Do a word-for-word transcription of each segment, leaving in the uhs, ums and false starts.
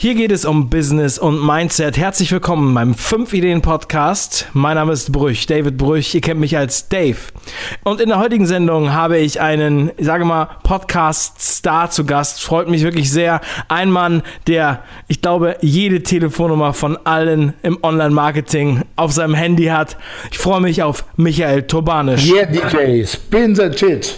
Hier geht es um Business und Mindset. Herzlich willkommen in meinem fünf Ideen Podcast. Mein Name ist Brüch, David Brüch. Ihr kennt mich als Dave. Und in der heutigen Sendung habe ich einen, ich sage mal, Podcast-Star zu Gast. Freut mich wirklich sehr. Ein Mann, der, ich glaube, jede Telefonnummer von allen im Online-Marketing auf seinem Handy hat. Ich freue mich auf Michael Turbanisch. Yeah, D J, spin the shit.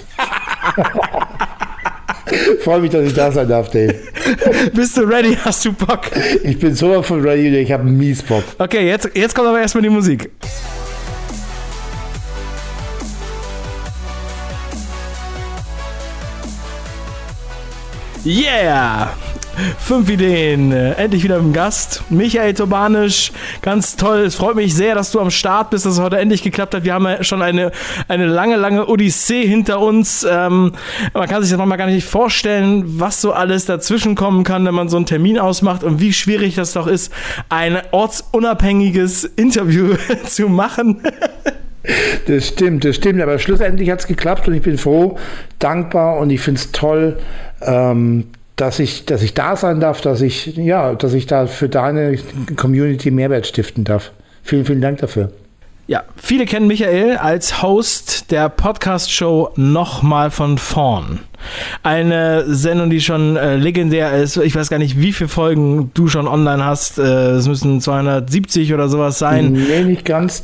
Freue mich, dass ich da sein darf, Dave. Bist du ready? Hast du Bock? Ich bin sowas von ready, ich habe mies Bock. Okay, jetzt, jetzt kommt aber erstmal die Musik. Yeah! Fünf Ideen, endlich wieder mit dem Gast, Michael Turbanisch, ganz toll, es freut mich sehr, dass du am Start bist, dass es heute endlich geklappt hat. Wir haben ja schon eine, eine lange, lange Odyssee hinter uns, ähm, man kann sich das manchmal gar nicht vorstellen, was so alles dazwischen kommen kann, wenn man so einen Termin ausmacht und wie schwierig das doch ist, ein ortsunabhängiges Interview zu machen. Das stimmt, das stimmt, aber schlussendlich hat es geklappt und ich bin froh, dankbar und ich finde es toll, ähm, dass ich, dass ich da sein darf, dass ich, ja, dass ich da für deine Community Mehrwert stiften darf. Vielen, vielen Dank dafür. Ja, viele kennen Michael als Host der Podcast-Show Nochmal von vorn. Eine Sendung, die schon äh, legendär ist. Ich weiß gar nicht, wie viele Folgen du schon online hast. Äh, es müssen zweihundertsiebzig oder sowas sein. Nee, nicht ganz,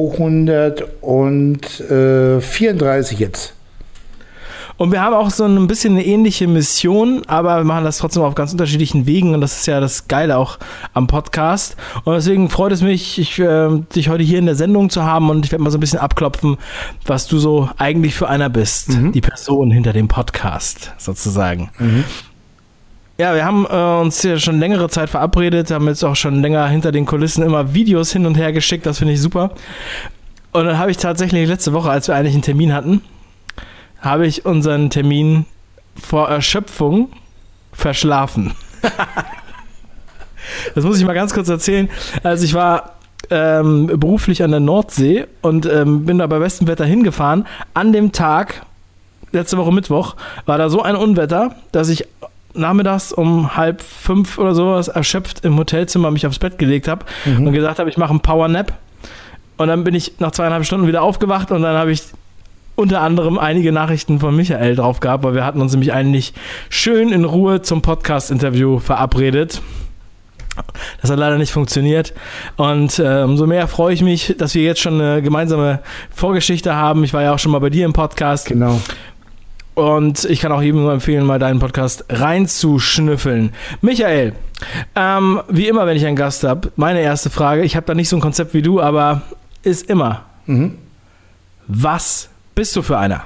zweihundertvierunddreißig jetzt. Und wir haben auch so ein bisschen eine ähnliche Mission, aber wir machen das trotzdem auf ganz unterschiedlichen Wegen und das ist ja das Geile auch am Podcast. Und deswegen freut es mich, ich, äh, dich heute hier in der Sendung zu haben und ich werde mal so ein bisschen abklopfen, was du so eigentlich für einer bist. Mhm. Die Person hinter dem Podcast sozusagen. Mhm. Ja, wir haben äh, uns hier schon längere Zeit verabredet, haben jetzt auch schon länger hinter den Kulissen immer Videos hin und her geschickt, das finde ich super. Und dann habe ich tatsächlich letzte Woche, als wir eigentlich einen Termin hatten, habe ich unseren Termin vor Erschöpfung verschlafen. Das muss ich mal ganz kurz erzählen. Also ich war ähm, beruflich an der Nordsee und ähm, bin da bei bestem Wetter hingefahren. An dem Tag, letzte Woche Mittwoch, war da so ein Unwetter, dass ich nachmittags um halb fünf oder sowas erschöpft im Hotelzimmer mich aufs Bett gelegt habe mhm. und gesagt habe, ich mache einen Powernap. Und dann bin ich nach zweieinhalb Stunden wieder aufgewacht und dann habe ich unter anderem einige Nachrichten von Michael drauf gehabt, weil wir hatten uns nämlich eigentlich schön in Ruhe zum Podcast-Interview verabredet. Das hat leider nicht funktioniert und äh, umso mehr freue ich mich, dass wir jetzt schon eine gemeinsame Vorgeschichte haben. Ich war ja auch schon mal bei dir im Podcast. Genau. Und ich kann auch jedem nur empfehlen, mal deinen Podcast reinzuschnüffeln. Michael, ähm, wie immer, wenn ich einen Gast habe, meine erste Frage, ich habe da nicht so ein Konzept wie du, aber ist immer, mhm. was bist du für einer?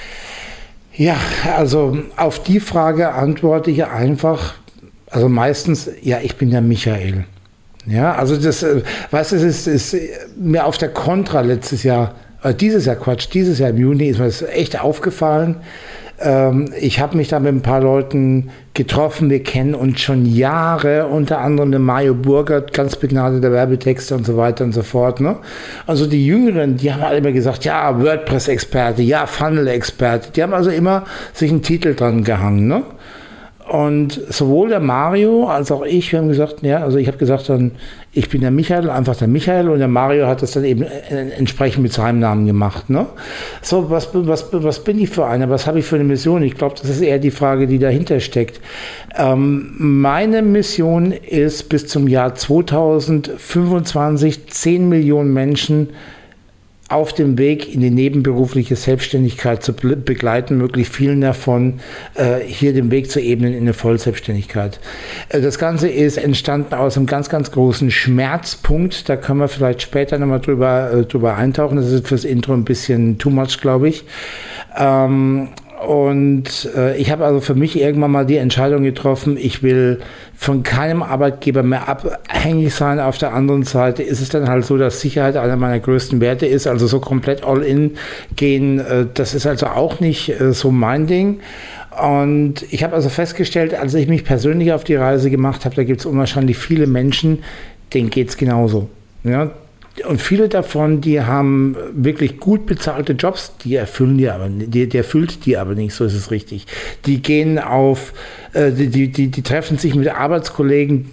Ja, also auf die Frage antworte ich einfach, also meistens, ja, ich bin der Michael. Ja, also das, weißt du, es ist, ist mir auf der Contra letztes Jahr, äh, dieses Jahr, Quatsch, dieses Jahr im Juni ist mir das echt aufgefallen. Ähm, ich habe mich da mit ein paar Leuten getroffen, wir kennen uns schon Jahre, unter anderem den Mario Burgert, ganz begnadeter Werbetexter und so weiter und so fort. Ne? Also die Jüngeren, die haben alle immer gesagt, ja, WordPress-Experte, ja, Funnel-Experte. Die haben also immer sich einen Titel dran gehangen. Ne? Und sowohl der Mario als auch ich, wir haben gesagt, ja, also ich habe gesagt dann, ich bin der Michael, einfach der Michael, und der Mario hat das dann eben entsprechend mit seinem Namen gemacht. Ne? So, was, was, was bin ich für einer? Was habe ich für eine Mission? Ich glaube, das ist eher die Frage, die dahinter steckt. Ähm, meine Mission ist, bis zum Jahr zweitausendfünfundzwanzig zehn Millionen Menschen auf dem Weg in die nebenberufliche Selbstständigkeit zu begleiten, möglichst vielen davon äh, hier den Weg zu ebnen in eine Vollselbstständigkeit. Äh, das Ganze ist entstanden aus einem ganz, ganz großen Schmerzpunkt. Da können wir vielleicht später nochmal drüber, äh, drüber eintauchen. Das ist fürs Intro ein bisschen too much, glaube ich. Ähm, Und äh, ich habe also für mich irgendwann mal die Entscheidung getroffen, ich will von keinem Arbeitgeber mehr abhängig sein. Auf der anderen Seite ist es dann halt so, dass Sicherheit einer meiner größten Werte ist. Also so komplett all in gehen, äh, das ist also auch nicht äh, so mein Ding. Und ich habe also festgestellt, als ich mich persönlich auf die Reise gemacht habe, da gibt es unwahrscheinlich viele Menschen, denen geht es genauso. Ja? Und viele davon, die haben wirklich gut bezahlte Jobs, die erfüllen die aber, die, die erfüllt die aber nicht, so ist es richtig. Die gehen auf, äh, die, die, die treffen sich mit Arbeitskollegen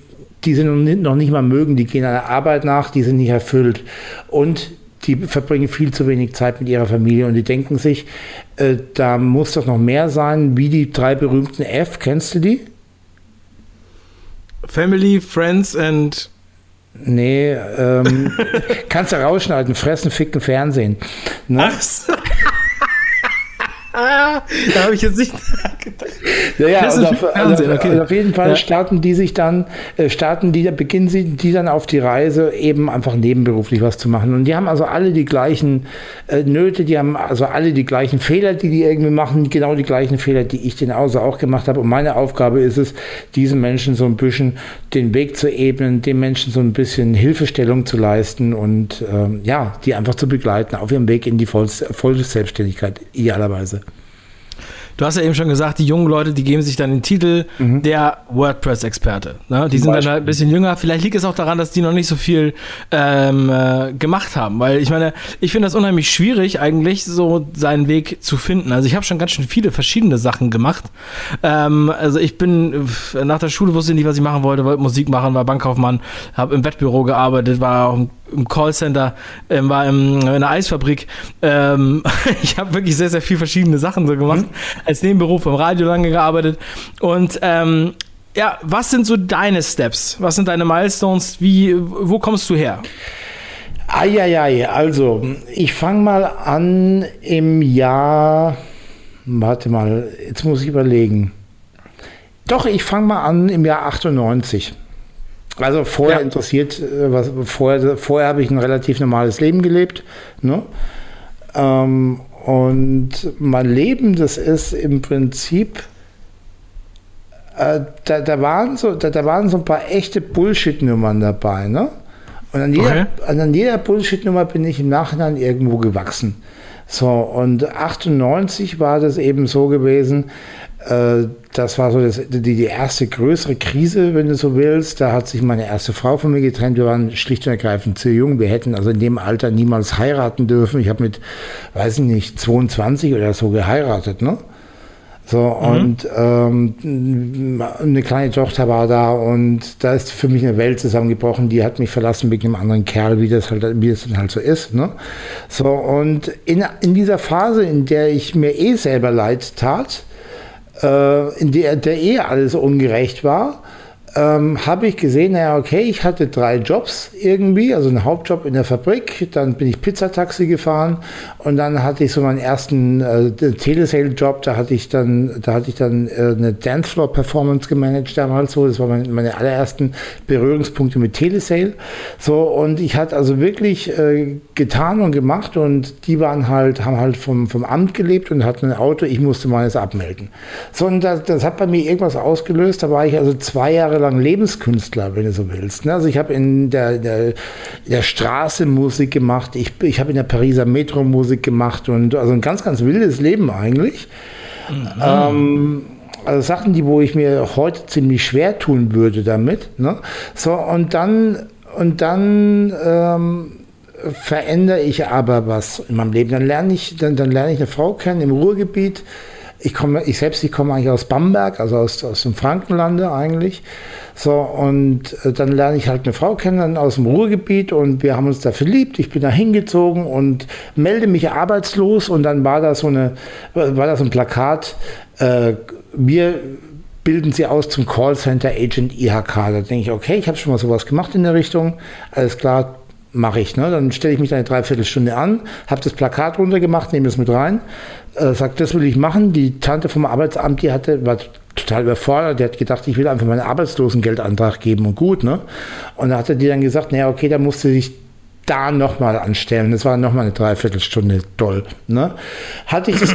die sie noch nicht, noch nicht mal mögen, die gehen einer Arbeit nach, die sind nicht erfüllt. Und die verbringen viel zu wenig Zeit mit ihrer Familie und die denken sich, äh, da muss doch noch mehr sein, wie die drei berühmten F. Kennst du die? Family, Friends and... Nee, ähm, kannst du rausschneiden, fressen, ficken, Fernsehen. Ne? Ach so. Da habe ich jetzt nicht gedacht. Ja, ja, und auf, Fernsehen, okay. also auf jeden Fall ja. starten die sich dann, äh, starten die, beginnen sie die dann auf die Reise, eben einfach nebenberuflich was zu machen. Und die haben also alle die gleichen äh, Nöte, die haben also alle die gleichen Fehler, die die irgendwie machen, genau die gleichen Fehler, die ich den also auch gemacht habe. Und meine Aufgabe ist es, diesen Menschen so ein bisschen den Weg zu ebnen, den Menschen so ein bisschen Hilfestellung zu leisten und ähm, ja, die einfach zu begleiten auf ihrem Weg in die Voll- Vollselbstständigkeit, idealerweise. Du hast ja eben schon gesagt, die jungen Leute, die geben sich dann den Titel mhm. der WordPress-Experte. Ne? Die sind dann halt ein bisschen jünger. Vielleicht liegt es auch daran, dass die noch nicht so viel ähm, äh, gemacht haben. Weil ich meine, ich finde das unheimlich schwierig, eigentlich so seinen Weg zu finden. Also ich habe schon ganz schön viele verschiedene Sachen gemacht. Ähm, also ich bin nach der Schule, wusste nicht, was ich machen wollte, wollte Musik machen, war Bankkaufmann, habe im Wettbüro gearbeitet, war auch im Callcenter, ähm, war im, in einer Eisfabrik. Ähm, ich habe wirklich sehr, sehr viel verschiedene Sachen so gemacht. Mhm. Als Nebenberuf im Radio lange gearbeitet. Und ähm, ja, was sind so deine Steps? Was sind deine Milestones? Wie, wo kommst du her? Eieiei, also ich fange mal an im Jahr, warte mal, jetzt muss ich überlegen. Doch, ich fange mal an im Jahr achtundneunzig. Also vorher ja. interessiert, was, vorher, vorher habe ich ein relativ normales Leben gelebt. Ne? Ähm, und mein Leben, das ist im Prinzip, äh, da, da, waren so, da, da waren so ein paar echte Bullshit-Nummern dabei. Ne? Und an jeder, okay. an jeder Bullshit-Nummer bin ich im Nachhinein irgendwo gewachsen. So, und achtundneunzig war das eben so gewesen, das war so das, die, die erste größere Krise, wenn du so willst. Da hat sich meine erste Frau von mir getrennt. Wir waren schlicht und ergreifend zu jung. Wir hätten also in dem Alter niemals heiraten dürfen. Ich habe mit, weiß ich nicht, zweiundzwanzig oder so geheiratet, ne? So, mhm. und ähm, eine kleine Tochter war da und da ist für mich eine Welt zusammengebrochen. Die hat mich verlassen wegen einem anderen Kerl, wie das halt, wie das dann halt so ist, ne? So, und in, in dieser Phase, in der ich mir eh selber leid tat, in der, der eh alles ungerecht war, ähm, habe ich gesehen, naja, okay, ich hatte drei Jobs irgendwie, also einen Hauptjob in der Fabrik, dann bin ich Pizzataxi gefahren und dann hatte ich so meinen ersten äh, Telesale-Job, da hatte ich dann, da hatte ich dann äh, eine Dancefloor-Performance gemanagt damals so, das waren meine, meine allerersten Berührungspunkte mit Telesale, so, und ich hatte also wirklich äh, getan und gemacht und die waren halt, haben halt vom, vom Amt gelebt und hatten ein Auto, ich musste meines abmelden. So, und das, das hat bei mir irgendwas ausgelöst, da war ich also zwei Jahre lang Lebenskünstler, wenn du so willst. Also ich habe in der, der, der Straße Musik gemacht, ich, ich habe in der Pariser Metro Musik gemacht und also ein ganz, ganz wildes Leben eigentlich. Mhm. Ähm, also Sachen, die, wo ich mir heute ziemlich schwer tun würde damit. Ne? So, und dann, und dann ähm, verändere ich aber was in meinem Leben. Dann lerne ich, dann, dann lerne ich eine Frau kennen im Ruhrgebiet. Ich komme, ich selbst, ich komme eigentlich aus Bamberg, also aus, aus dem Frankenlande eigentlich. So, und äh, dann lerne ich halt eine Frau kennen aus dem Ruhrgebiet und wir haben uns da verliebt. Ich bin da hingezogen und melde mich arbeitslos und dann war da so eine, war da so ein Plakat, äh, wir bilden Sie aus zum Callcenter Agent I H K. Da denke ich, okay, ich habe schon mal sowas gemacht in der Richtung, alles klar, mache ich. Ne? Dann stelle ich mich da eine Dreiviertelstunde an, habe das Plakat runtergemacht, nehme es mit rein, äh, sagt, das will ich machen. Die Tante vom Arbeitsamt, die hatte, war total überfordert, die hat gedacht, ich will einfach meinen Arbeitslosengeldantrag geben und gut. Ne? Und da hatte die dann gesagt, naja, okay, da musste sich da nochmal anstellen. Das war nochmal eine Dreiviertelstunde doll. Ne? Hatte ich das...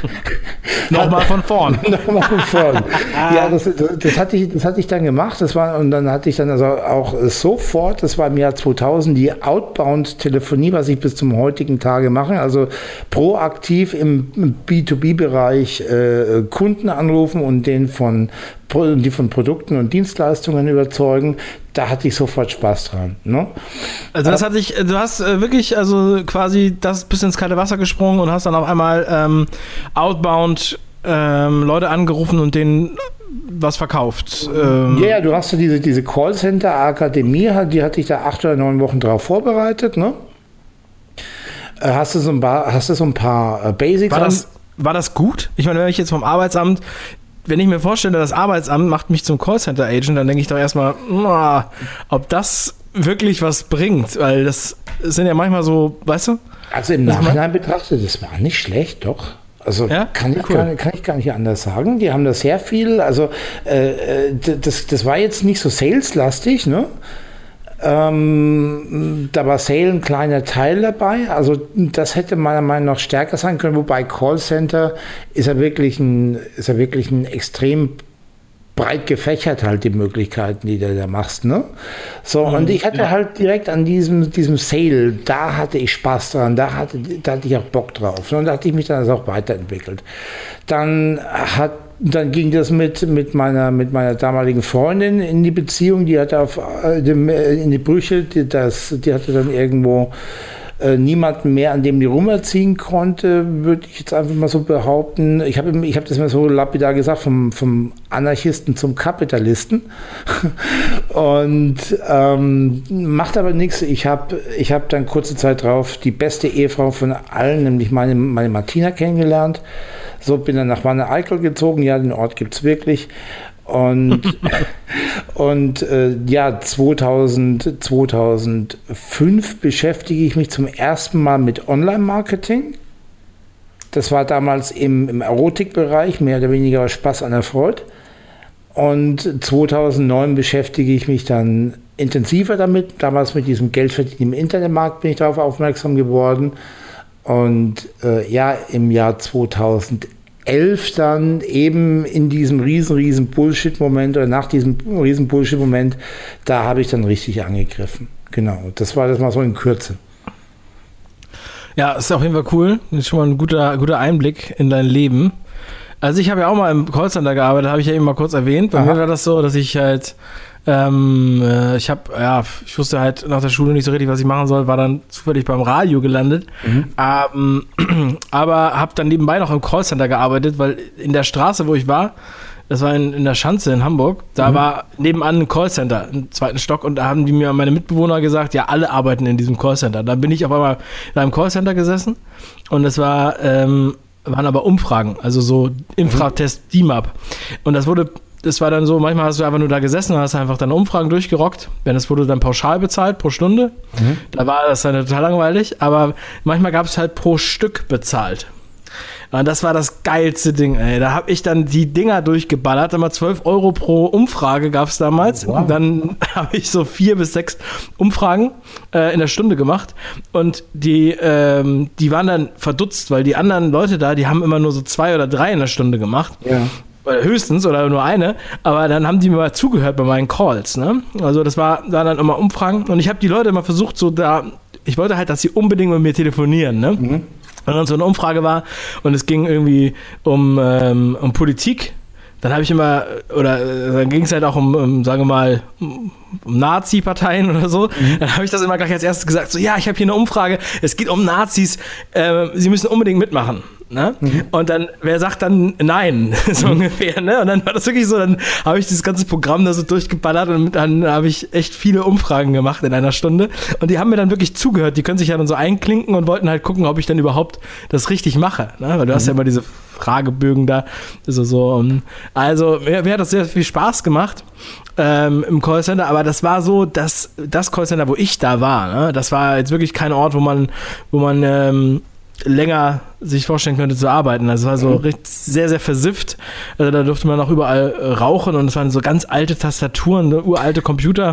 nochmal von vorn. nochmal von vorn. Ja, das, das, das, hatte ich, das hatte ich dann gemacht. Das war, und dann hatte ich dann also auch sofort, das war im Jahr zweitausend, die Outbound-Telefonie, was ich bis zum heutigen Tage mache. Also proaktiv im B zwei B-Bereich äh, Kunden anrufen und den von die von Produkten und Dienstleistungen überzeugen, da hatte ich sofort Spaß dran. Ne? Also das hatte ich, du hast äh, wirklich also quasi das bis ins kalte Wasser gesprungen und hast dann auf einmal ähm, outbound ähm, Leute angerufen und denen was verkauft. Ähm ja, ja, du hast ja diese, diese Callcenter-Akademie, die hatte ich da acht oder neun Wochen drauf vorbereitet, ne? Hast du so ein paar, hast du so ein paar Basics? War das, war das gut? Ich meine, wenn ich jetzt vom Arbeitsamt, wenn ich mir vorstelle, das Arbeitsamt macht mich zum Callcenter-Agent, dann denke ich doch erstmal, ob das wirklich was bringt, weil das sind ja manchmal so, weißt du? Also im Nachhinein betrachtet, das war nicht schlecht, doch. Also ja? kann, ich cool. gar, kann ich gar nicht anders sagen. Die haben da sehr viel, also äh, das, das war jetzt nicht so saleslastig, ne? Ähm, da war Sale ein kleiner Teil dabei, also das hätte meiner Meinung nach stärker sein können, wobei Callcenter ist ja wirklich ein, ist ja wirklich ein extrem breit gefächert halt die Möglichkeiten, die du da machst, ne? So, mhm, und ich hatte ja. halt direkt an diesem, diesem Sale, da hatte ich Spaß dran, da hatte, da hatte ich auch Bock drauf. Und da hatte ich mich dann auch weiterentwickelt. Dann hat Dann ging das mit, mit, meiner, mit meiner damaligen Freundin in die Beziehung, die hatte auf, in die Brüche, die, das, die hatte dann irgendwo äh, niemanden mehr, an dem die rumerziehen konnte, würde ich jetzt einfach mal so behaupten. Ich habe ich hab das mal so lapidar gesagt, vom, vom Anarchisten zum Kapitalisten. Und ähm, macht aber nichts. Ich habe ich hab dann kurze Zeit drauf die beste Ehefrau von allen, nämlich meine, meine Martina kennengelernt. So, bin dann nach Wanne-Eickel gezogen. Ja, den Ort gibt es wirklich. Und, und äh, ja, zweitausend, zweitausendfünf beschäftige ich mich zum ersten Mal mit Online-Marketing. Das war damals im, im Erotikbereich, mehr oder weniger Spaß an der Freude. Und zweitausendneun beschäftige ich mich dann intensiver damit. Damals mit diesem Geldverdienen im Internetmarkt bin ich darauf aufmerksam geworden. Und äh, ja, im Jahr zweitausendelf dann eben in diesem riesen, riesen Bullshit-Moment oder nach diesem riesen Bullshit-Moment, da habe ich dann richtig angegriffen. Genau, das war das mal so in Kürze. Ja, ist auf jeden Fall cool. Das ist schon mal ein guter, guter Einblick in dein Leben. Also ich habe ja auch mal im Callcenter gearbeitet, habe ich ja eben mal kurz erwähnt. Bei Aha. mir war das so, dass ich halt Ähm, äh, ich habe, ja, ich wusste halt nach der Schule nicht so richtig, was ich machen soll, war dann zufällig beim Radio gelandet, mhm. ähm, aber habe dann nebenbei noch im Callcenter gearbeitet, weil in der Straße, wo ich war, das war in, in der Schanze in Hamburg, da mhm. war nebenan ein Callcenter im zweiten Stock und da haben die mir, meine Mitbewohner gesagt, ja, alle arbeiten in diesem Callcenter. Dann bin ich auf einmal da im Callcenter gesessen und es war, ähm, waren aber Umfragen, also so Infratest D I M A P und das wurde Das war dann so, manchmal hast du einfach nur da gesessen und hast einfach deine Umfragen durchgerockt. Wenn das wurde dann pauschal bezahlt pro Stunde. Mhm. Da war das dann total langweilig. Aber manchmal gab es halt pro Stück bezahlt. Und das war das geilste Ding, ey. Da habe ich dann die Dinger durchgeballert. Immer zwölf Euro pro Umfrage gab es damals. Wow. Und dann habe ich so vier bis sechs Umfragen äh, in der Stunde gemacht. Und die, ähm, die waren dann verdutzt, weil die anderen Leute da, die haben immer nur so zwei oder drei in der Stunde gemacht. Ja. Höchstens oder nur eine, aber dann haben die mir mal zugehört bei meinen Calls, ne? Also das war, waren dann immer Umfragen und ich habe die Leute immer versucht, so da, ich wollte halt, dass sie unbedingt mit mir telefonieren, ne? Mhm. Und dann so eine Umfrage war und es ging irgendwie um, ähm, um Politik, dann habe ich immer, oder äh, dann ging es halt auch um, um sagen wir mal, um, um Nazi-Parteien oder so, mhm. Dann habe ich das immer gleich als erstes gesagt, so ja, ich habe hier eine Umfrage, es geht um Nazis, äh, sie müssen unbedingt mitmachen. Ne? Mhm. Und dann, wer sagt dann nein, so mhm. ungefähr, ne? Und dann war das wirklich so, dann habe ich dieses ganze Programm da so durchgeballert und dann habe ich echt viele Umfragen gemacht in einer Stunde und die haben mir dann wirklich zugehört, die können sich ja dann so einklinken und wollten halt gucken, ob ich dann überhaupt das richtig mache, ne? Weil du mhm. hast ja immer diese Fragebögen da, also so, also mir, mir hat das sehr viel Spaß gemacht ähm, im Callcenter, aber das war so, dass das Callcenter, wo ich da war, ne? Das war jetzt wirklich kein Ort, wo man, wo man ähm, länger sich vorstellen könnte zu arbeiten. Also es war so richtig sehr, sehr versifft. Also da durfte man auch überall äh, rauchen und es waren so ganz alte Tastaturen, ne, uralte Computer.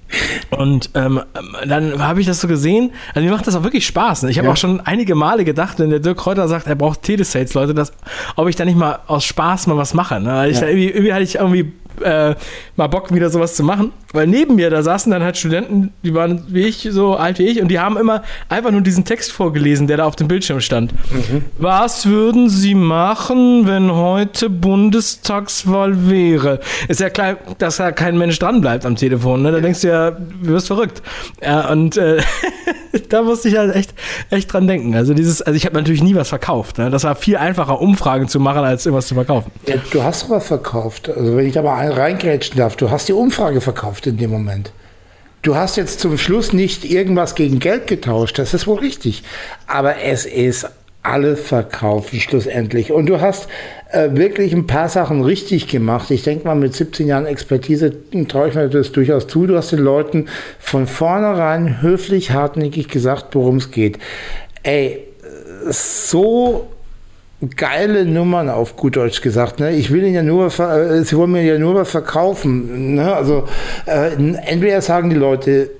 Und ähm, dann habe ich das so gesehen. Also mir macht das auch wirklich Spaß. Ne? Ich habe ja. auch schon einige Male gedacht, wenn der Dirk Kräuter sagt, er braucht Telesales, Leute, dass, ob ich da nicht mal aus Spaß mal was mache. Ne? Ich, ja. irgendwie, irgendwie hatte ich irgendwie äh, mal Bock, wieder sowas zu machen. Weil neben mir, da saßen dann halt Studenten, die waren wie ich, so alt wie ich, und die haben immer einfach nur diesen Text vorgelesen, der da auf dem Bildschirm stand. Mhm. Was würden Sie machen, wenn heute Bundestagswahl wäre? Ist ja klar, dass da kein Mensch dran bleibt am Telefon. Ne? Da denkst du ja, du wirst verrückt. Ja, und äh, da musste ich halt echt, echt dran denken. Also dieses, also ich habe natürlich nie was verkauft. Ne? Das war viel einfacher, Umfragen zu machen, als irgendwas zu verkaufen. Ja, du hast aber verkauft. Also wenn ich da mal reingrätschen darf, du hast die Umfrage verkauft in dem Moment. Du hast jetzt zum Schluss nicht irgendwas gegen Geld getauscht, das ist wohl richtig. Aber es ist alle verkaufen schlussendlich. Und du hast äh, wirklich ein paar Sachen richtig gemacht. Ich denke mal, mit siebzehn Jahren Expertise traue ich mir das durchaus zu. Du hast den Leuten von vornherein höflich, hartnäckig gesagt, worum es geht. Ey, so geile Nummern auf gut Deutsch gesagt. Ne? Ich will ihnen ja nur, äh, sie wollen mir ja nur was verkaufen. Ne? Also äh, entweder sagen die Leute,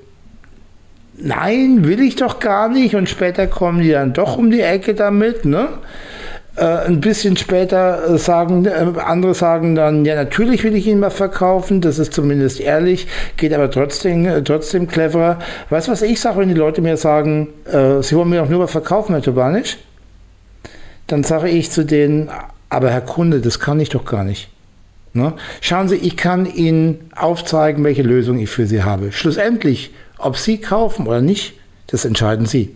nein, will ich doch gar nicht, und später kommen die dann doch um die Ecke damit, ne? Äh, ein bisschen später sagen, äh, andere sagen dann, ja, natürlich will ich ihn mal verkaufen, das ist zumindest ehrlich, geht aber trotzdem, äh, trotzdem cleverer. Weißt du, was ich sage, wenn die Leute mir sagen, äh, sie wollen mir doch nur mal verkaufen, Herr Tobanisch? Dann sage ich zu denen, aber Herr Kunde, das kann ich doch gar nicht. Ne? Schauen Sie, ich kann Ihnen aufzeigen, welche Lösung ich für Sie habe. Schlussendlich, ob Sie kaufen oder nicht, das entscheiden Sie.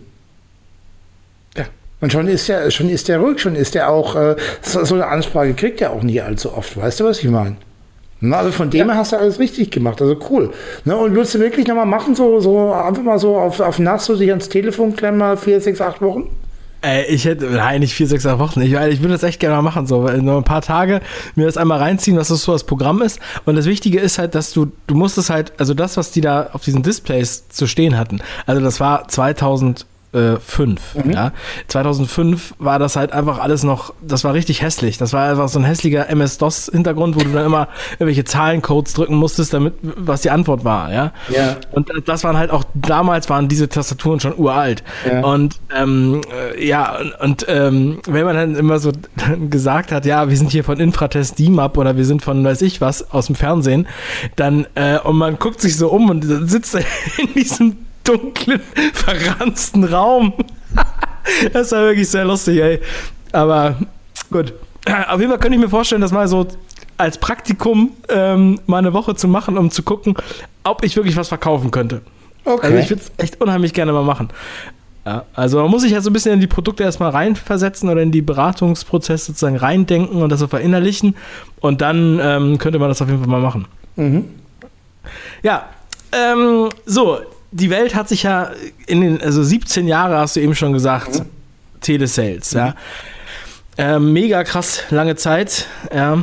Ja. Und schon ist der, schon ist der ruhig, schon ist der auch, äh, so, so eine Ansprache kriegt er auch nicht allzu oft. Weißt du, was ich meine? Na, also von dem her hast du alles richtig gemacht, also cool. Ne, und würdest du wirklich nochmal machen, so, so einfach mal so auf, auf nass, so dich ans Telefon klemmen, mal vier, sechs, acht Wochen? Ich hätte, nein, nicht vier, sechs Wochen. Ich, ich würde das echt gerne mal machen, so nur ein paar Tage mir das einmal reinziehen, was das so das Programm ist. Und das Wichtige ist halt, dass du, du musst es halt, also das, was die da auf diesen Displays zu stehen hatten, also das war zweitausendfünf. Mhm. Ja. zweitausendfünf war das halt einfach alles noch, das war richtig hässlich. Das war einfach so ein hässlicher M S-DOS-Hintergrund, wo du dann immer irgendwelche Zahlencodes drücken musstest, damit, was die Antwort war, ja. Ja. Und das waren halt auch, damals waren diese Tastaturen schon uralt. Ja. Und ähm, äh, ja, und, und ähm, wenn man dann immer so gesagt hat, ja, wir sind hier von Infratest D M A P oder wir sind von weiß ich was aus dem Fernsehen, dann, äh, und man guckt sich so um und sitzt in diesem dunklen, verranzten Raum. Das war wirklich sehr lustig, ey. Aber gut. Auf jeden Fall könnte ich mir vorstellen, das mal so als Praktikum ähm, mal eine Woche zu machen, um zu gucken, ob ich wirklich was verkaufen könnte. Okay. Also ich würde es echt unheimlich gerne mal machen. Ja, also man muss sich ja so ein bisschen in die Produkte erstmal reinversetzen oder in die Beratungsprozesse sozusagen reindenken und das so verinnerlichen. Und dann ähm, könnte man das auf jeden Fall mal machen. Mhm. Ja, ähm, so, die Welt hat sich ja in den, also siebzehn Jahre hast du eben schon gesagt, mhm. Telesales, mhm. ja. Ähm, mega krass, lange Zeit, ja.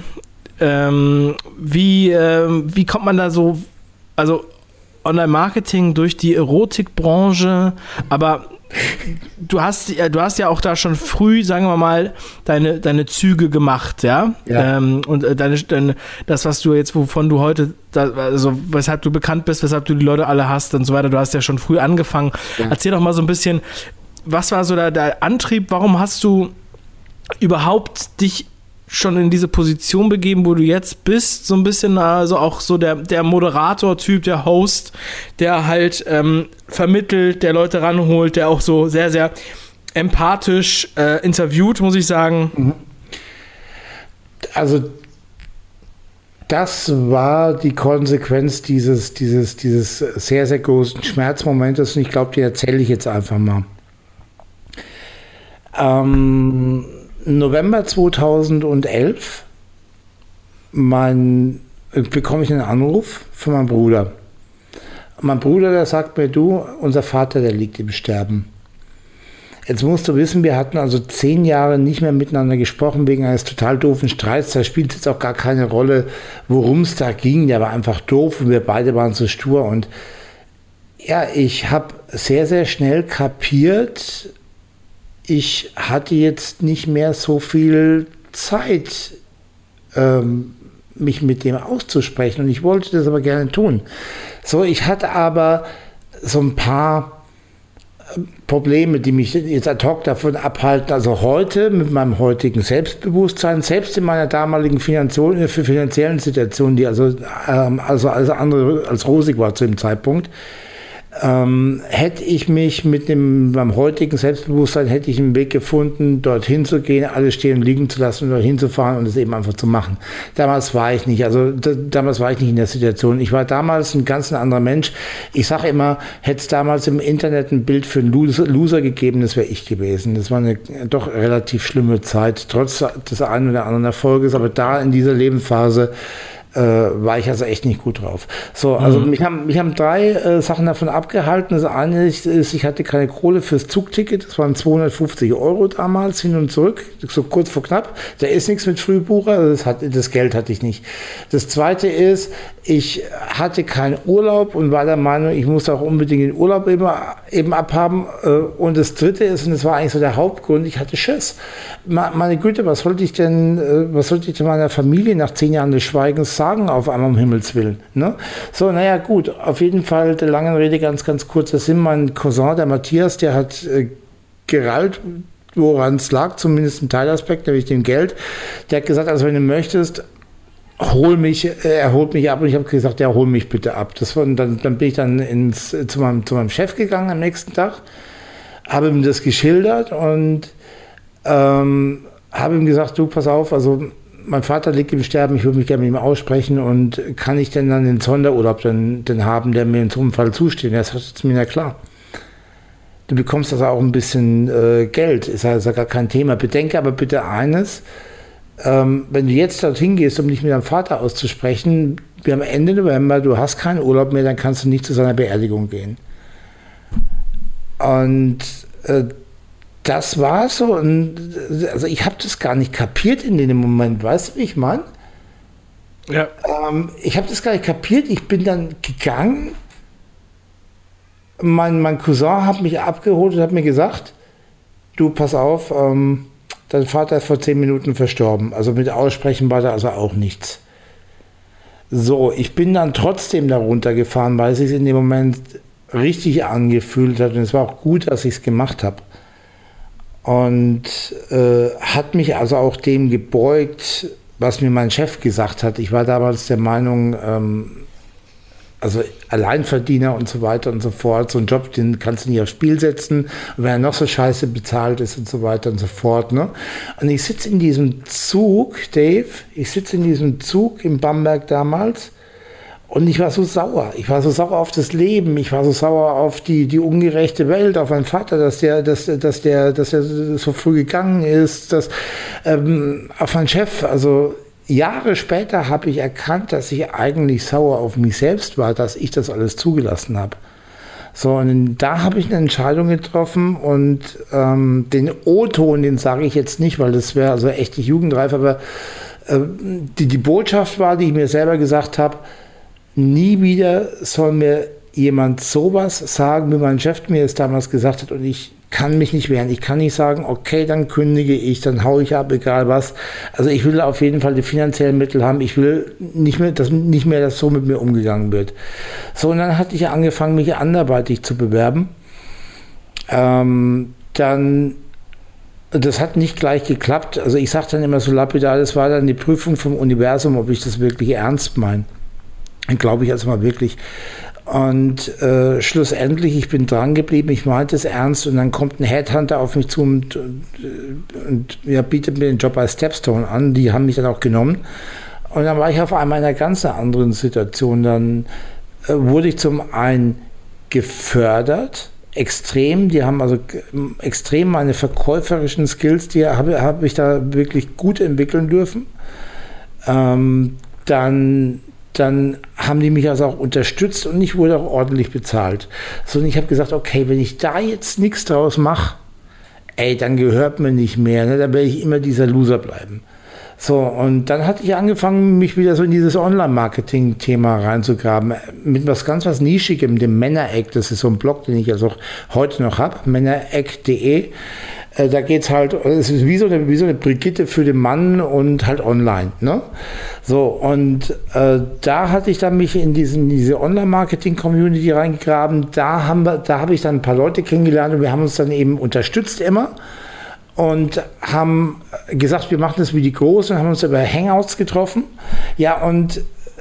Ähm, wie, ähm, wie kommt man da so, also Online-Marketing durch die Erotikbranche, aber du hast, du hast ja auch da schon früh, sagen wir mal, deine, deine Züge gemacht, ja, ja. Ähm, und deine, deine, das, was du jetzt, wovon du heute, da, also weshalb du bekannt bist, weshalb du die Leute alle hast und so weiter, du hast ja schon früh angefangen. Ja. Erzähl doch mal so ein bisschen, was war so der, der Antrieb, warum hast du überhaupt dich schon in diese Position begeben, wo du jetzt bist, so ein bisschen, also auch so der, der Moderator-Typ, der Host, der halt ähm, vermittelt, der Leute ranholt, der auch so sehr, sehr empathisch äh, interviewt, muss ich sagen. Also das war die Konsequenz dieses, dieses, dieses sehr, sehr großen Schmerzmomentes und ich glaube, die erzähle ich jetzt einfach mal. Ähm, November zweitausendelf mein, bekomme ich einen Anruf von meinem Bruder. Mein Bruder, der sagt mir, du, unser Vater, der liegt im Sterben. Jetzt musst du wissen, wir hatten also zehn Jahre nicht mehr miteinander gesprochen wegen eines total doofen Streits. Da spielt jetzt auch gar keine Rolle, worum es da ging. Der war einfach doof und wir beide waren so stur. Und ja, ich habe sehr, sehr schnell kapiert, ich hatte jetzt nicht mehr so viel Zeit, ähm, mich mit dem auszusprechen und ich wollte das aber gerne tun. So, ich hatte aber so ein paar Probleme, die mich jetzt ad hoc davon abhalten. Also heute mit meinem heutigen Selbstbewusstsein, selbst in meiner damaligen finanziellen, finanziellen Situation, die also, ähm, also alles andere als rosig war zu dem Zeitpunkt, Ähm, hätte ich mich mit dem, beim heutigen Selbstbewusstsein, hätte ich einen Weg gefunden, dorthin zu gehen, alles stehen und liegen zu lassen und dorthin zu fahren und es eben einfach zu machen. Damals war ich nicht, also da, damals war ich nicht in der Situation. Ich war damals ein ganz anderer Mensch. Ich sage immer, hätte es damals im Internet ein Bild für einen Loser, Loser gegeben, das wäre ich gewesen. Das war eine doch relativ schlimme Zeit, trotz des einen oder anderen Erfolges, aber da in dieser Lebensphase Äh, war ich also echt nicht gut drauf. So, also mhm. mich haben mich haben drei äh, Sachen davon abgehalten. Das eine ist, ist, ich hatte keine Kohle fürs Zugticket. Das waren zweihundertfünfzig Euro damals hin und zurück, so kurz vor knapp. Da ist nichts mit Frühbucher. Also das, hat, das Geld hatte ich nicht. Das zweite ist, ich hatte keinen Urlaub und war der Meinung, ich musste auch unbedingt den Urlaub eben, eben abhaben. Und das dritte ist, und das war eigentlich so der Hauptgrund, ich hatte Schiss. Meine Güte, was sollte ich denn, was sollte ich denn meiner Familie nach zehn Jahren des Schweigens sagen, auf einmal um Himmels Willen? Ne? So, naja, gut, auf jeden Fall der langen Rede ganz, ganz kurz. Das sind mein Cousin, der Matthias, der hat äh, gerallt, woran es lag, zumindest ein Teilaspekt, nämlich dem Geld. Der hat gesagt, also wenn du möchtest, hol mich, er holt mich ab, und ich habe gesagt, ja, hol mich bitte ab. Das war, dann, dann bin ich dann ins, zu, meinem, zu meinem Chef gegangen am nächsten Tag, habe ihm das geschildert und ähm, habe ihm gesagt, du, pass auf, also mein Vater liegt im Sterben, ich würde mich gerne mit ihm aussprechen, und kann ich denn dann den Sonderurlaub denn, denn haben, der mir in so einem Fall zusteht? Das ist mir ja klar. Du bekommst also auch ein bisschen äh, Geld, ist also gar kein Thema. Bedenke aber bitte eines, Ähm, wenn du jetzt dorthin gehst, um dich mit deinem Vater auszusprechen, wir haben Ende November, du hast keinen Urlaub mehr, dann kannst du nicht zu seiner Beerdigung gehen. Und äh, das war so, und, also ich habe das gar nicht kapiert in dem Moment, weißt du, wie ich meine? Ja. Ähm, ich habe das gar nicht kapiert, ich bin dann gegangen, mein, mein Cousin hat mich abgeholt und hat mir gesagt, du, pass auf, ähm, dein Vater ist vor zehn Minuten verstorben. Also mit Aussprechen war da also auch nichts. So, ich bin dann trotzdem da runtergefahren, weil es sich in dem Moment richtig angefühlt hat. Und es war auch gut, dass ich es gemacht habe. Und äh, hat mich also auch dem gebeugt, was mir mein Chef gesagt hat. Ich war damals der Meinung, ähm, also Alleinverdiener und so weiter und so fort, so einen Job, den kannst du nicht aufs Spiel setzen, und wenn er noch so scheiße bezahlt ist und so weiter und so fort. Ne? Und ich sitze in diesem Zug, Dave, ich sitze in diesem Zug in Bamberg damals, und ich war so sauer. Ich war so sauer auf das Leben, ich war so sauer auf die, die ungerechte Welt, auf meinen Vater, dass der, dass, dass der, dass er so früh gegangen ist, dass, ähm, auf meinen Chef, also Jahre später habe ich erkannt, dass ich eigentlich sauer auf mich selbst war, dass ich das alles zugelassen habe. So, und da habe ich eine Entscheidung getroffen, und ähm, den O-Ton, den sage ich jetzt nicht, weil das wäre also echt nicht jugendreif, aber äh, die, die Botschaft war, die ich mir selber gesagt habe, nie wieder soll mir jemand sowas sagen, wie mein Chef mir es damals gesagt hat, und ich kann mich nicht wehren. Ich kann nicht sagen, okay, dann kündige ich, dann haue ich ab, egal was. Also ich will auf jeden Fall die finanziellen Mittel haben. Ich will nicht mehr, dass nicht mehr, dass so mit mir umgegangen wird. So, und dann hatte ich angefangen, mich anderweitig zu bewerben. Ähm, dann, das hat nicht gleich geklappt. Also ich sage dann immer so lapidar, das war dann die Prüfung vom Universum, ob ich das wirklich ernst meine. Dann glaube ich also mal wirklich. Und äh, schlussendlich, ich bin dran geblieben, ich meinte es ernst, und dann kommt ein Headhunter auf mich zu und, und, und ja, bietet mir den Job bei Stepstone an. Die haben mich dann auch genommen. Und dann war ich auf einmal in einer ganz anderen Situation. Dann äh, wurde ich zum einen gefördert, extrem. Die haben also extrem meine verkäuferischen Skills, die habe, habe ich da wirklich gut entwickeln dürfen. Ähm, dann Dann haben die mich also auch unterstützt, und ich wurde auch ordentlich bezahlt. So, und ich habe gesagt, okay, wenn ich da jetzt nichts draus mache, ey, dann gehört mir nicht mehr, ne? Dann werde ich immer dieser Loser bleiben. So, und dann hatte ich angefangen, mich wieder so in dieses Online-Marketing-Thema reinzugraben, mit was ganz was Nischigem, dem Männereck. Das ist so ein Blog, den ich also auch heute noch habe, männereck punkt de. Äh, da geht es halt, es ist wie so, eine, wie so eine Brigitte für den Mann und halt online. Ne? So, und äh, da hatte ich dann mich in diesen, diese Online-Marketing-Community reingegraben. Da haben wir, da habe ich dann ein paar Leute kennengelernt, und wir haben uns dann eben unterstützt immer und haben gesagt, wir machen das wie die Großen, haben uns über Hangouts getroffen. Ja, und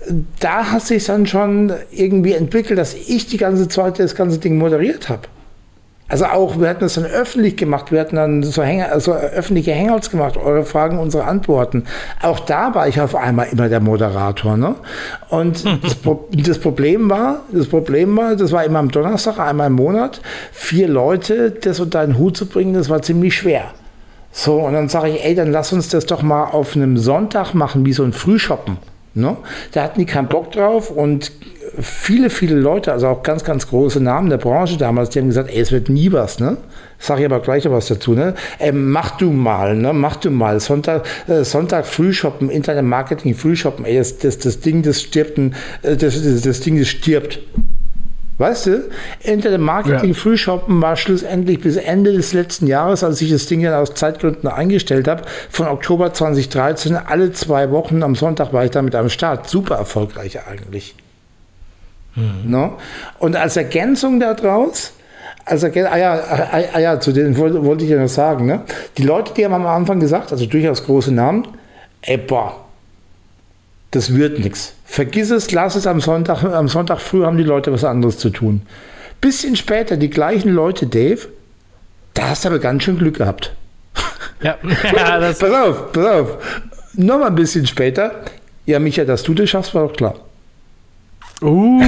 da hat sich dann schon irgendwie entwickelt, dass ich die ganze Zeit das ganze Ding moderiert habe. Also auch, wir hatten das dann öffentlich gemacht, wir hatten dann so, Hänger, so öffentliche Hangouts gemacht, eure Fragen, unsere Antworten. Auch da war ich auf einmal immer der Moderator, ne? Und das, Pro- das Problem war, das Problem war, das war immer am Donnerstag, einmal im Monat, vier Leute, das unter einen Hut zu bringen, das war ziemlich schwer. So, und dann sage ich, ey, dann lass uns das doch mal auf einem Sonntag machen, wie so ein Frühshoppen. Ne? Da hatten die keinen Bock drauf und viele, viele Leute, also auch ganz, ganz große Namen der Branche damals, die haben gesagt, ey, es wird nie was, ne? Sag ich aber gleich noch was dazu, ne? Ey, mach du mal, ne? Mach du mal. Sonntag, äh, Sonntag Frühshoppen, Internet-Marketing, Frühshoppen, ey, das, das, das Ding, das stirbt, ein, äh, das, das, das Ding, das stirbt. Weißt du, Internet-Marketing, ja. Frühshoppen war schlussendlich bis Ende des letzten Jahres, als ich das Ding dann aus Zeitgründen eingestellt habe, von Oktober zwanzig dreizehn, alle zwei Wochen am Sonntag war ich damit am Start. Super erfolgreich eigentlich. Mhm. No? Und als Ergänzung daraus, als Ergän- ah, ja, ah, ah, ja, zu denen wollte, wollte ich ja noch sagen, ne? Die Leute, die haben am Anfang gesagt, also durchaus große Namen, ey, boah, das wird nichts. Vergiss es, lass es am Sonntag, am Sonntag früh haben die Leute was anderes zu tun. Bisschen später, die gleichen Leute, Dave, da hast du aber ganz schön Glück gehabt. Ja, ja das pass auf, pass auf. Nochmal ein bisschen später, ja, Micha, dass du das schaffst, war doch klar. Uh.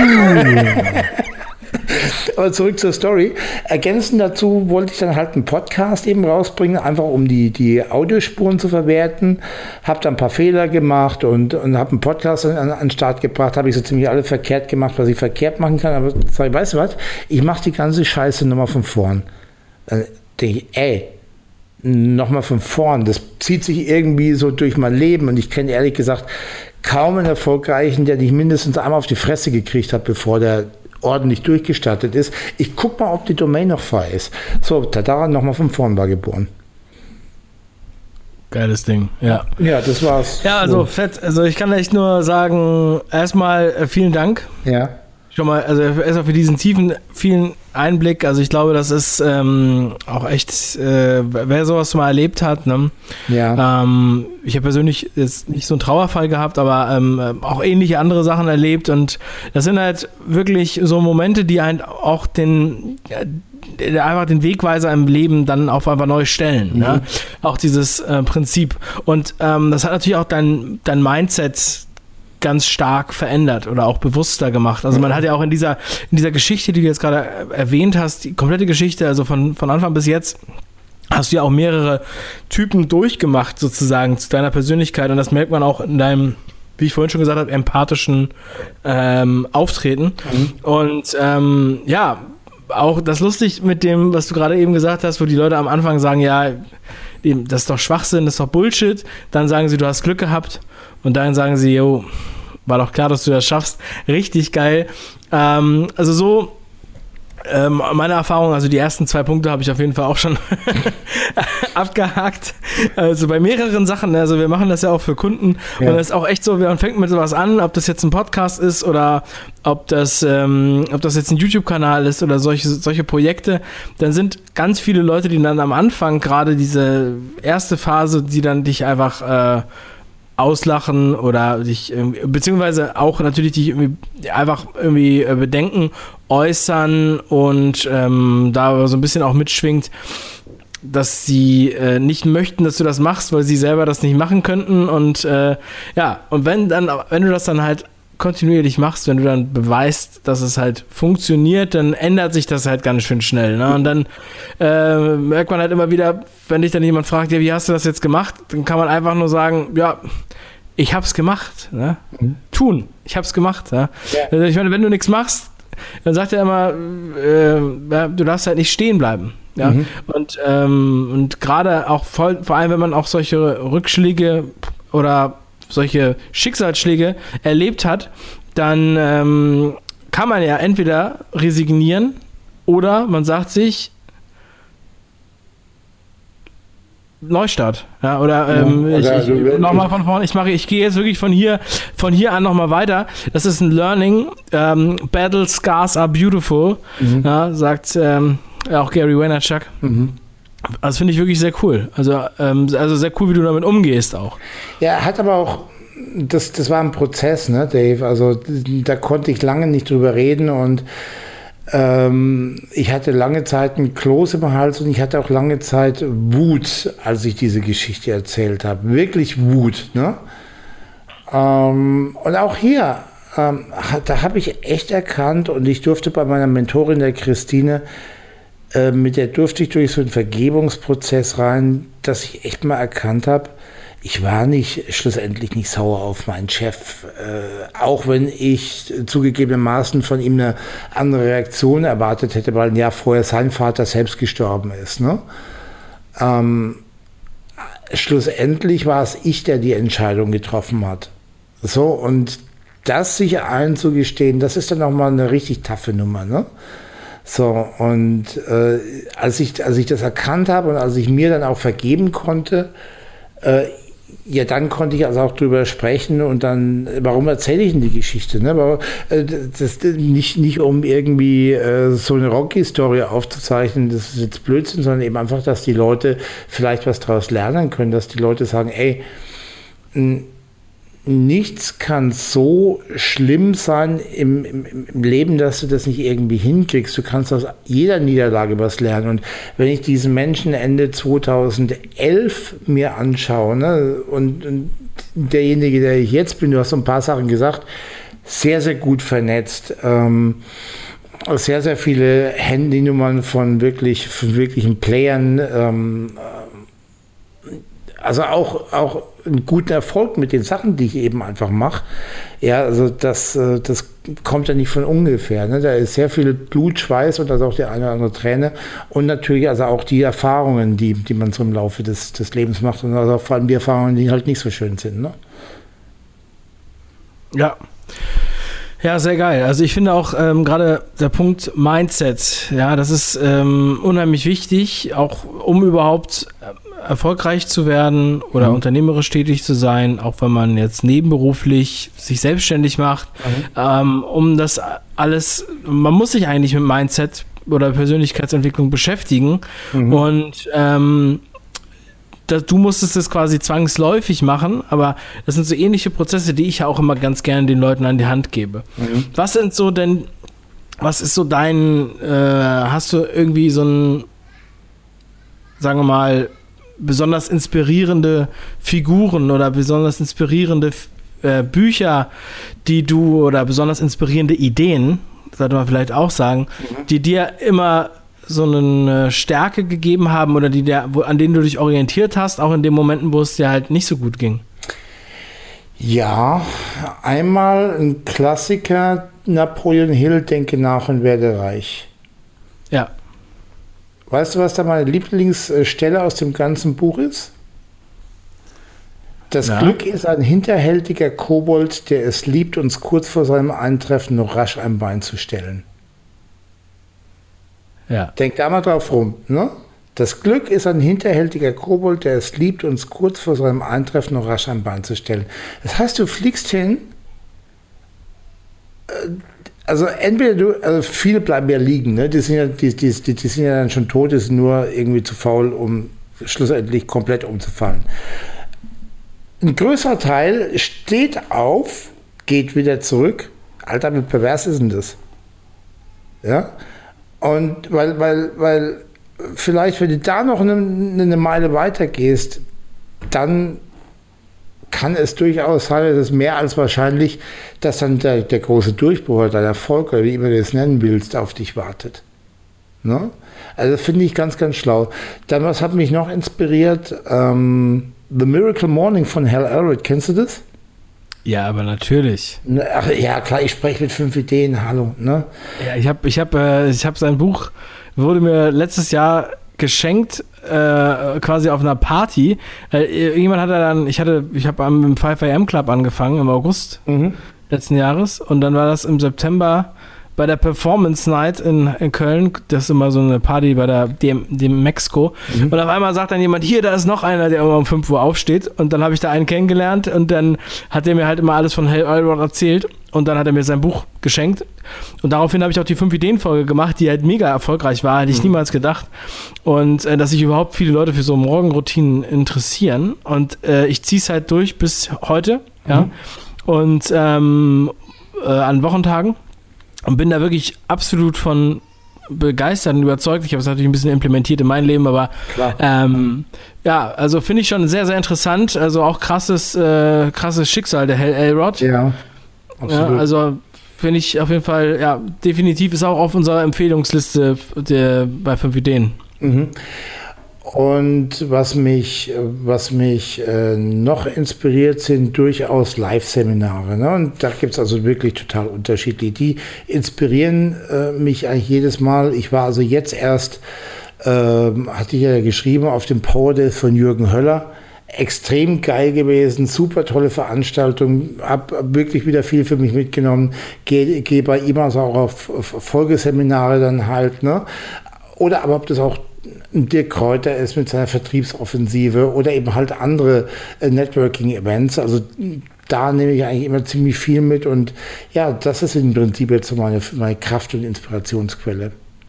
Aber zurück zur Story. Ergänzend dazu wollte ich dann halt einen Podcast eben rausbringen, einfach um die, die Audiospuren zu verwerten. Hab da ein paar Fehler gemacht und, und habe einen Podcast an, an den Start gebracht. Habe ich so ziemlich alle verkehrt gemacht, was ich verkehrt machen kann. Aber sag ich, weißt du was? Ich mache die ganze Scheiße nochmal von vorn. Dann denke ich, ey, nochmal von vorn. Das zieht sich irgendwie so durch mein Leben. Und ich kenne ehrlich gesagt kaum einen Erfolgreichen, der nicht mindestens einmal auf die Fresse gekriegt hat, bevor der ordentlich durchgestartet ist. Ich guck mal, ob die Domain noch frei ist. So, Tada, nochmal von vorn war geboren. Geiles Ding, ja. Ja, das war's. Ja, also so. fett. Also ich kann echt nur sagen, erstmal äh, vielen Dank. Ja. Schon mal, also erstmal für diesen tiefen, vielen Einblick. Also ich glaube, das ist ähm, auch echt, äh, wer sowas mal erlebt hat, ne? Ja. Ähm, ich habe persönlich jetzt nicht so einen Trauerfall gehabt, aber ähm, auch ähnliche andere Sachen erlebt und das sind halt wirklich so Momente, die einen auch den, äh, einfach den Wegweiser im Leben dann auf einfach neu stellen. Mhm. Ne? Auch dieses äh, Prinzip. Und ähm, das hat natürlich auch dein, dein Mindset ganz stark verändert oder auch bewusster gemacht. Also man hat ja auch in dieser, in dieser Geschichte, die du jetzt gerade erwähnt hast, die komplette Geschichte, also von, von Anfang bis jetzt, hast du ja auch mehrere Typen durchgemacht sozusagen zu deiner Persönlichkeit und das merkt man auch in deinem, wie ich vorhin schon gesagt habe, empathischen ähm, Auftreten. Mhm. Und ähm, ja, auch das lustig mit dem, was du gerade eben gesagt hast, wo die Leute am Anfang sagen, ja, das ist doch Schwachsinn, das ist doch Bullshit. Dann sagen sie, du hast Glück gehabt. Und dann sagen sie, jo, war doch klar, dass du das schaffst. Richtig geil. Ähm, also so, ähm, meine Erfahrung, also die ersten zwei Punkte habe ich auf jeden Fall auch schon abgehakt. Also bei mehreren Sachen, also wir machen das ja auch für Kunden. Ja. Und das ist auch echt so, man fängt mit sowas an, ob das jetzt ein Podcast ist oder ob das, ähm, ob das jetzt ein YouTube-Kanal ist oder solche, solche Projekte, dann sind ganz viele Leute, die dann am Anfang gerade diese erste Phase, die dann dich einfach äh, auslachen oder dich beziehungsweise auch natürlich dich irgendwie einfach irgendwie Bedenken äußern und ähm, da so ein bisschen auch mitschwingt, dass sie äh, nicht möchten, dass du das machst, weil sie selber das nicht machen könnten und äh, ja, und wenn dann, wenn du das dann halt kontinuierlich machst, wenn du dann beweist, dass es halt funktioniert, dann ändert sich das halt ganz schön schnell. Ne? Und dann äh, merkt man halt immer wieder, wenn dich dann jemand fragt, ja, wie hast du das jetzt gemacht? Dann kann man einfach nur sagen, ja, ich hab's gemacht. Ne? Mhm. Tun, ich hab's gemacht. Ja? Ja. Also ich meine, wenn du nichts machst, dann sagt er immer, äh, ja, du darfst halt nicht stehen bleiben. Ja? Mhm. Und, ähm, und gerade auch voll, vor allem, wenn man auch solche Rückschläge oder solche Schicksalsschläge erlebt hat, dann ähm, kann man ja entweder resignieren oder man sagt sich Neustart, ja, oder, ähm, ja, oder ich, ich, nochmal von vorne, ich mache, ich gehe jetzt wirklich von hier, von hier an nochmal weiter. Das ist ein Learning. Ähm, Battle Scars are beautiful, mhm. ja, sagt ähm, auch Gary Vaynerchuk. Mhm. Das finde ich wirklich sehr cool. Also, ähm, also sehr cool, wie du damit umgehst auch. Ja, hat aber auch das, das war ein Prozess, ne, Dave? Also da konnte ich lange nicht drüber reden und ähm, ich hatte lange Zeit einen Kloß im Hals und ich hatte auch lange Zeit Wut, als ich diese Geschichte erzählt habe. Wirklich Wut, ne? Ähm, und auch hier, ähm, da habe ich echt erkannt und ich durfte bei meiner Mentorin, der Christine, äh, mit der durfte ich durch so einen Vergebungsprozess rein, dass ich echt mal erkannt habe, ich war nicht, schlussendlich nicht sauer auf meinen Chef, äh, auch wenn ich zugegebenermaßen von ihm eine andere Reaktion erwartet hätte, weil ein Jahr vorher sein Vater selbst gestorben ist. Ne? Ähm, schlussendlich war es ich, der die Entscheidung getroffen hat. So, und das sich einzugestehen, das ist dann auch mal eine richtig taffe Nummer. Ne? So, und äh, als ich, als ich das erkannt habe und als ich mir dann auch vergeben konnte, äh, ja, dann konnte ich also auch drüber sprechen und dann, warum erzähle ich denn die Geschichte? Ne? Aber, äh, das, nicht, nicht um irgendwie äh, so eine Rocky-Story aufzuzeichnen, das ist jetzt Blödsinn, sondern eben einfach, dass die Leute vielleicht was daraus lernen können, dass die Leute sagen, ey, n- nichts kann so schlimm sein im, im, im Leben, dass du das nicht irgendwie hinkriegst. Du kannst aus jeder Niederlage was lernen. Und wenn ich diesen Menschen Ende zweitausendelf mir anschaue, ne, und, und derjenige, der ich jetzt bin, du hast so ein paar Sachen gesagt, sehr, sehr gut vernetzt, ähm, sehr, sehr viele Handynummern von wirklich, von wirklichen Playern, ähm, also auch, auch einen guten Erfolg mit den Sachen, die ich eben einfach mache. Ja, also das, das kommt ja nicht von ungefähr. Ne? Da ist sehr viel Blut, Schweiß und also auch die eine oder andere Träne und natürlich also auch die Erfahrungen, die, die man so im Laufe des, des Lebens macht und also vor allem die Erfahrungen, die halt nicht so schön sind. Ne? Ja. Ja, sehr geil. Also ich finde auch ähm, gerade der Punkt Mindset, ja, das ist ähm, unheimlich wichtig, auch um überhaupt erfolgreich zu werden oder mhm. unternehmerisch tätig zu sein, auch wenn man jetzt nebenberuflich sich selbstständig macht, mhm. ähm, um das alles, man muss sich eigentlich mit Mindset oder Persönlichkeitsentwicklung beschäftigen mhm. und ähm, das, du musstest es quasi zwangsläufig machen, aber das sind so ähnliche Prozesse, die ich ja auch immer ganz gerne den Leuten an die Hand gebe. Mhm. Was sind so denn, was ist so dein, äh, hast du irgendwie so ein, sagen wir mal, besonders inspirierende Figuren oder besonders inspirierende äh, Bücher, die du oder besonders inspirierende Ideen, sollte man vielleicht auch sagen, mhm. die dir immer so eine Stärke gegeben haben oder die der, wo, an denen du dich orientiert hast, auch in den Momenten, wo es dir halt nicht so gut ging? Ja, einmal ein Klassiker, Napoleon Hill, Denke nach und werde reich. Ja. Weißt du, was da meine Lieblingsstelle aus dem ganzen Buch ist? Das ja. Glück ist ein hinterhältiger Kobold, der es liebt, uns kurz vor seinem Eintreffen noch rasch ein Bein zu stellen. Ja. Denk da mal drauf rum. Ne? Das Glück ist ein hinterhältiger Kobold, der es liebt, uns kurz vor seinem Eintreffen noch rasch ein Bein zu stellen. Das heißt, du fliegst hin, äh, also entweder du, also viele bleiben ja liegen, ne? die, sind ja, die, die, die, die sind ja dann schon tot, die sind nur irgendwie zu faul, um schlussendlich komplett umzufallen. Ein größerer Teil steht auf, geht wieder zurück. Alter, wie pervers ist denn das? Ja? Und weil, weil, weil vielleicht, wenn du da noch eine, eine Meile weiter gehst, dann kann es durchaus sein, es ist mehr als wahrscheinlich, dass dann der, der große Durchbruch oder der Erfolg oder wie immer du es nennen willst, auf dich wartet. Ne? Also das finde ich ganz, ganz schlau. Dann, was hat mich noch inspiriert? Ähm, The Miracle Morning von Hal Elrod. Kennst du das? Ja, aber natürlich. Ach, ja, klar, ich spreche mit fünf Ideen, hallo. Ne? Ja, ich habe ich hab, äh, ich hab sein Buch, wurde mir letztes Jahr geschenkt, äh, quasi auf einer Party. Äh, irgendjemand hat er dann, ich hatte, ich habe am fünf A M Club angefangen im August mhm. letzten Jahres und dann war das im September bei der Performance Night in, in Köln. Das ist immer so eine Party bei der dem, dem Mexiko. Mhm. Und auf einmal sagt dann jemand, hier, da ist noch einer, der immer um fünf Uhr aufsteht. Und dann habe ich da einen kennengelernt und dann hat der mir halt immer alles von Hal Elrod erzählt. und dann hat er mir sein Buch geschenkt und daraufhin habe ich auch die fünf Ideen Folge gemacht, die halt mega erfolgreich war, hätte ich mhm. niemals gedacht und äh, dass sich überhaupt viele Leute für so Morgenroutinen interessieren und äh, ich ziehe es halt durch bis heute, ja, mhm. und ähm, äh, an Wochentagen und bin da wirklich absolut von begeistert und überzeugt. Ich habe es natürlich ein bisschen implementiert in mein Leben, aber ähm, ja, also finde ich schon sehr, sehr interessant. Also auch krasses, äh, krasses Schicksal der Hal Elrod. Ja, absolut. Ja, also finde ich auf jeden Fall, ja, definitiv ist auch auf unserer Empfehlungsliste der, bei fünf Ideen. Mhm. Und was mich, was mich äh, noch inspiriert, sind durchaus Live-Seminare. Ne? Und da gibt es also wirklich total unterschiedlich. Die inspirieren äh, mich eigentlich jedes Mal. Ich war also jetzt erst, äh, hatte ich ja geschrieben, auf dem Power Day von Jürgen Höller. Extrem geil gewesen, super tolle Veranstaltung, hab wirklich wieder viel für mich mitgenommen. Gehe geh bei ihm also auch auf, auf Folgeseminare dann halt. Ne? Oder aber ob das auch Dirk Kräuter ist mit seiner Vertriebsoffensive oder eben halt andere äh, Networking-Events. Also da nehme ich eigentlich immer ziemlich viel mit und ja, das ist im Prinzip jetzt so meine, meine Kraft- und Inspirationsquelle.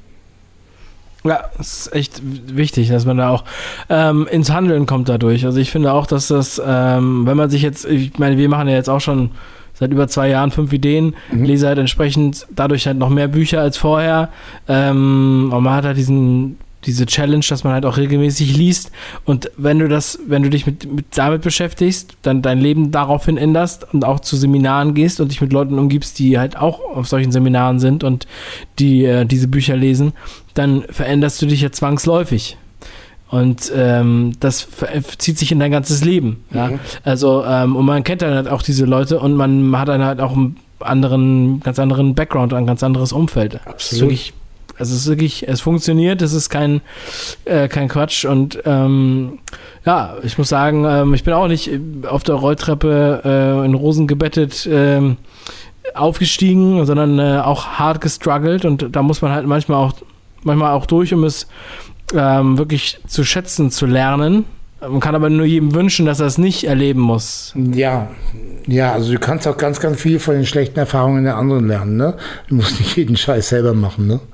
Ja, es ist echt wichtig, dass man da auch ähm, ins Handeln kommt dadurch. Also ich finde auch, dass das, ähm, wenn man sich jetzt, ich meine, wir machen ja jetzt auch schon seit über zwei Jahren fünf Ideen, mhm. lese halt entsprechend dadurch halt noch mehr Bücher als vorher. Ähm, und man hat halt diesen diese Challenge, dass man halt auch regelmäßig liest und wenn du das, wenn du dich mit, mit damit beschäftigst, dann dein Leben daraufhin änderst und auch zu Seminaren gehst und dich mit Leuten umgibst, die halt auch auf solchen Seminaren sind und die äh, diese Bücher lesen, dann veränderst du dich ja zwangsläufig. Und ähm, das zieht sich in dein ganzes Leben. Ja? Mhm. Also, ähm, und man kennt dann halt auch diese Leute und man hat dann halt auch einen anderen, ganz anderen Background, ein ganz anderes Umfeld. Absolut. Das ist wirklich, also es ist wirklich, es funktioniert, es ist kein, äh, kein Quatsch und ähm, ja, ich muss sagen, ähm, ich bin auch nicht auf der Rolltreppe äh, in Rosen gebettet äh, aufgestiegen, sondern äh, auch hart gestruggelt und da muss man halt manchmal auch, manchmal auch durch, um es ähm, wirklich zu schätzen, zu lernen. Man kann aber nur jedem wünschen, dass er es nicht erleben muss. Ja, ja, also du kannst auch ganz, ganz viel von den schlechten Erfahrungen der anderen lernen, ne? Du musst nicht jeden Scheiß selber machen, ne?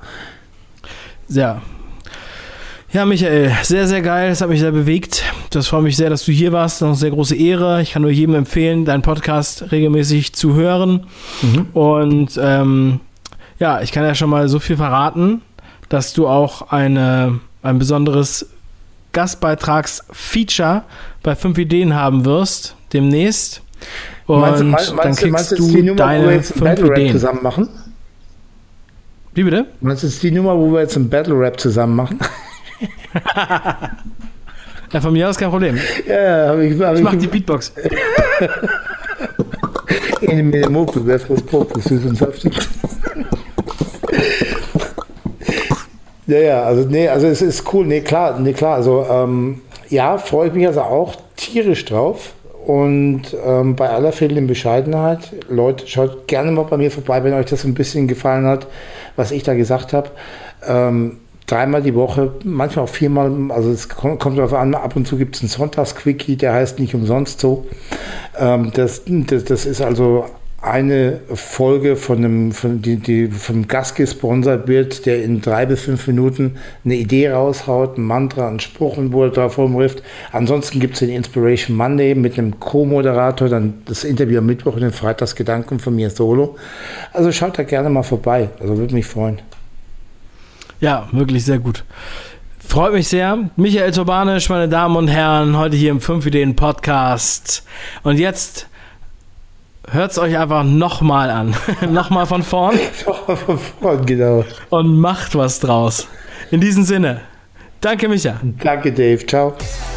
Ja. Ja, Michael, sehr, sehr geil. Das hat mich sehr bewegt. Das freut mich sehr, dass du hier warst. Das ist eine sehr große Ehre. Ich kann nur jedem empfehlen, deinen Podcast regelmäßig zu hören. Mhm. Und ähm, ja, ich kann ja schon mal so viel verraten, dass du auch eine, ein besonderes Gastbeitragsfeature bei fünf Ideen haben wirst, demnächst. Und meinst, meinst, dann kriegst meinst, du die Nummer, deine wo wir jetzt fünf Battle Ideen. Rap zusammen machen? Wie bitte? Meinst du, das ist die Nummer, wo wir jetzt einen Battle Rap zusammen machen? Ja, von mir aus kein Problem. Ja, ja, hab ich, hab ich ich mach die Beatbox. In mir Moku, das ist Popus, süß und saftig. Ja, ja, also nee, also es ist cool, nee, klar, nee, klar, also ähm, ja, freue ich mich also auch tierisch drauf und ähm, bei aller fehlenden Bescheidenheit, Leute, schaut gerne mal bei mir vorbei, wenn euch das ein bisschen gefallen hat, was ich da gesagt habe. Ähm, dreimal die Woche, manchmal auch viermal, also es kommt, kommt darauf an, ab und zu gibt es einen Sonntagsquickie, der heißt nicht umsonst so. Ähm, das, das, das ist also eine Folge von einem, von die, die vom Gast gesponsert wird, der in drei bis fünf Minuten eine Idee raushaut, ein Mantra, einen Spruch, wo er drauf rumruft. Ansonsten gibt es den Inspiration Monday mit einem Co-Moderator, dann das Interview am Mittwoch und den Freitagsgedanken von mir solo. Also schaut da gerne mal vorbei, also würde mich freuen. Ja, wirklich sehr gut. Freut mich sehr. Michael Turbanisch, meine Damen und Herren, heute hier im fünf Ideen Podcast. Und jetzt hört es euch einfach nochmal an. Nochmal von vorn. Nochmal von vorn, genau. Und macht was draus. In diesem Sinne. Danke, Micha. Danke, Dave. Ciao.